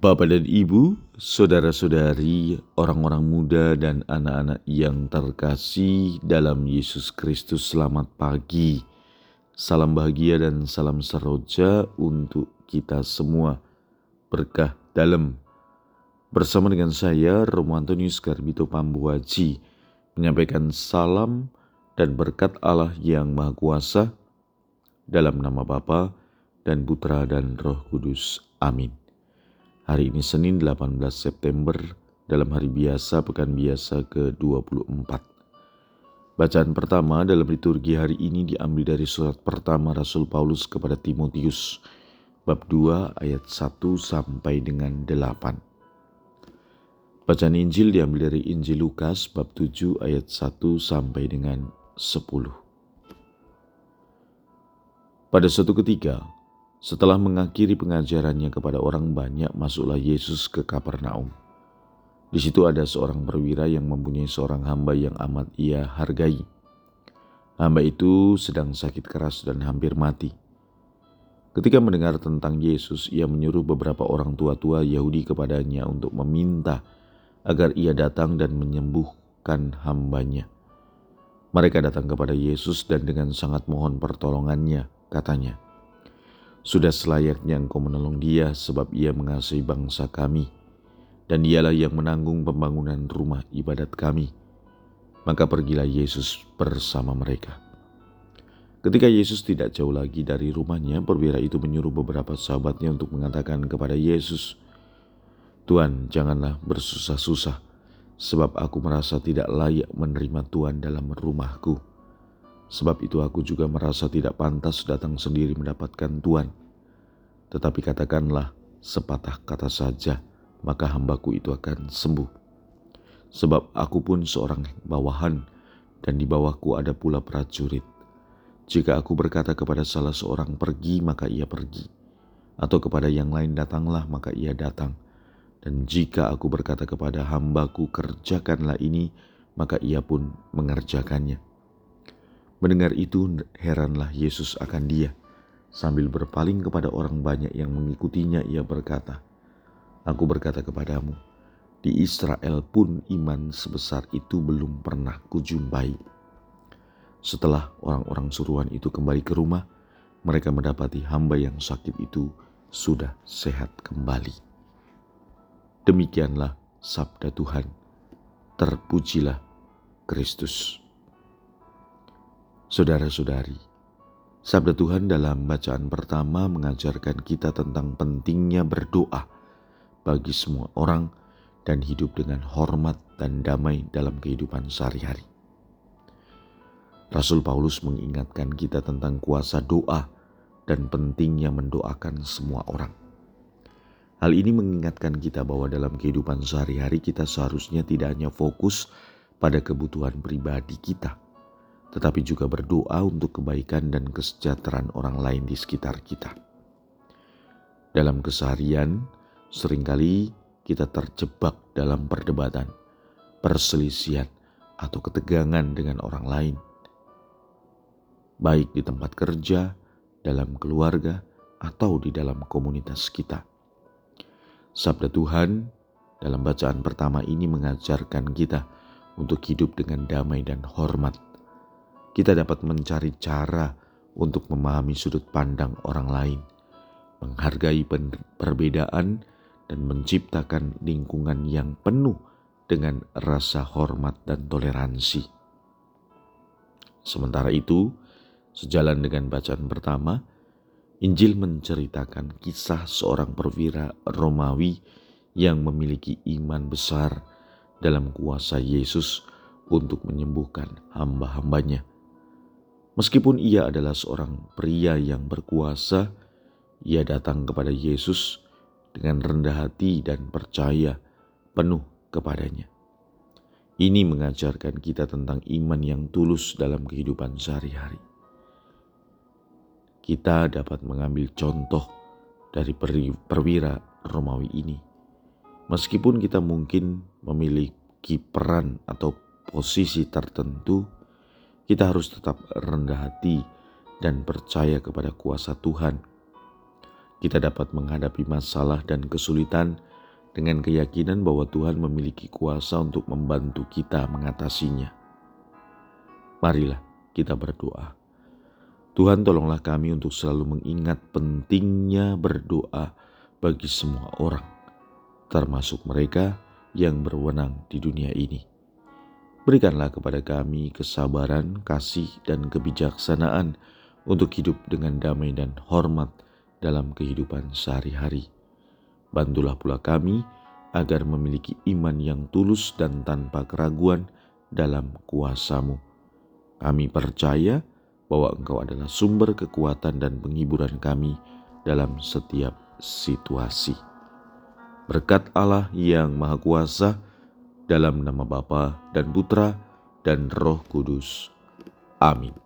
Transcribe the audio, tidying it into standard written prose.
Bapak dan Ibu, saudara-saudari, orang-orang muda dan anak-anak yang terkasih dalam Yesus Kristus, selamat pagi. Salam bahagia dan salam seroja untuk kita semua. Berkah dalam. Bersama dengan saya, Romo Antonius Garbito Pambuaji, menyampaikan salam dan berkat Allah yang Maha Kuasa dalam nama Bapa dan Putra dan Roh Kudus. Amin. Hari ini Senin 18 September dalam hari biasa pekan biasa ke-24. Bacaan pertama dalam liturgi hari ini diambil dari surat pertama Rasul Paulus kepada Timotius, bab 2 ayat 1 sampai dengan 8. Bacaan Injil diambil dari Injil Lukas bab 7 ayat 1 sampai dengan 10. Pada suatu ketika, setelah mengakhiri pengajarannya kepada orang banyak, masuklah Yesus ke Kapernaum. Di situ ada seorang perwira yang mempunyai seorang hamba yang amat ia hargai. Hamba itu sedang sakit keras dan hampir mati. Ketika mendengar tentang Yesus, ia menyuruh beberapa orang tua-tua Yahudi kepadanya untuk meminta agar ia datang dan menyembuhkan hambanya. Mereka datang kepada Yesus dan dengan sangat mohon pertolongannya, katanya, "Sudah selayaknya engkau menolong dia sebab ia mengasihi bangsa kami, dan dialah yang menanggung pembangunan rumah ibadat kami." Maka pergilah Yesus bersama mereka. Ketika Yesus tidak jauh lagi dari rumahnya, perwira itu menyuruh beberapa sahabatnya untuk mengatakan kepada Yesus, "Tuan, janganlah bersusah-susah, sebab aku merasa tidak layak menerima Tuan dalam rumahku. Sebab itu aku juga merasa tidak pantas datang sendiri mendapatkan Tuan. Tetapi katakanlah sepatah kata saja, maka hambaku itu akan sembuh. Sebab aku pun seorang bawahan, dan di bawahku ada pula prajurit. Jika aku berkata kepada salah seorang pergi, maka ia pergi. Atau kepada yang lain datanglah, maka ia datang. Dan jika aku berkata kepada hambaku kerjakanlah ini, maka ia pun mengerjakannya." Mendengar itu heranlah Yesus akan dia. Sambil berpaling kepada orang banyak yang mengikutinya, ia berkata, "Aku berkata kepadamu, di Israel pun iman sebesar itu belum pernah kujumpai." Setelah orang-orang suruhan itu kembali ke rumah, mereka mendapati hamba yang sakit itu sudah sehat kembali. Demikianlah sabda Tuhan. Terpujilah Kristus. Saudara-saudari, sabda Tuhan dalam bacaan pertama mengajarkan kita tentang pentingnya berdoa bagi semua orang dan hidup dengan hormat dan damai dalam kehidupan sehari-hari. Rasul Paulus mengingatkan kita tentang kuasa doa dan pentingnya mendoakan semua orang. Hal ini mengingatkan kita bahwa dalam kehidupan sehari-hari kita seharusnya tidak hanya fokus pada kebutuhan pribadi kita, tetapi juga berdoa untuk kebaikan dan kesejahteraan orang lain di sekitar kita. Dalam keseharian, seringkali kita terjebak dalam perdebatan, perselisihan, atau ketegangan dengan orang lain. Baik di tempat kerja, dalam keluarga, atau di dalam komunitas kita. Sabda Tuhan dalam bacaan pertama ini mengajarkan kita untuk hidup dengan damai dan hormat. Kita dapat mencari cara untuk memahami sudut pandang orang lain, menghargai perbedaan, dan menciptakan lingkungan yang penuh dengan rasa hormat dan toleransi. Sementara itu, sejalan dengan bacaan pertama, Injil menceritakan kisah seorang perwira Romawi yang memiliki iman besar dalam kuasa Yesus untuk menyembuhkan hamba-hambanya. Meskipun ia adalah seorang pria yang berkuasa, ia datang kepada Yesus dengan rendah hati dan percaya penuh kepadanya. Ini mengajarkan kita tentang iman yang tulus dalam kehidupan sehari-hari. Kita dapat mengambil contoh dari perwira Romawi ini. Meskipun kita mungkin memiliki peran atau posisi tertentu, kita harus tetap rendah hati dan percaya kepada kuasa Tuhan. Kita dapat menghadapi masalah dan kesulitan dengan keyakinan bahwa Tuhan memiliki kuasa untuk membantu kita mengatasinya. Marilah kita berdoa. Tuhan, tolonglah kami untuk selalu mengingat pentingnya berdoa bagi semua orang, termasuk mereka yang berwenang di dunia ini. Berikanlah kepada kami kesabaran, kasih, dan kebijaksanaan untuk hidup dengan damai dan hormat dalam kehidupan sehari-hari. Bantulah pula kami agar memiliki iman yang tulus dan tanpa keraguan dalam kuasa-Mu. Kami percaya bahwa Engkau adalah sumber kekuatan dan penghiburan kami dalam setiap situasi. Berkat Allah yang Maha Kuasa, dalam nama Bapa dan Putra dan Roh Kudus. Amin.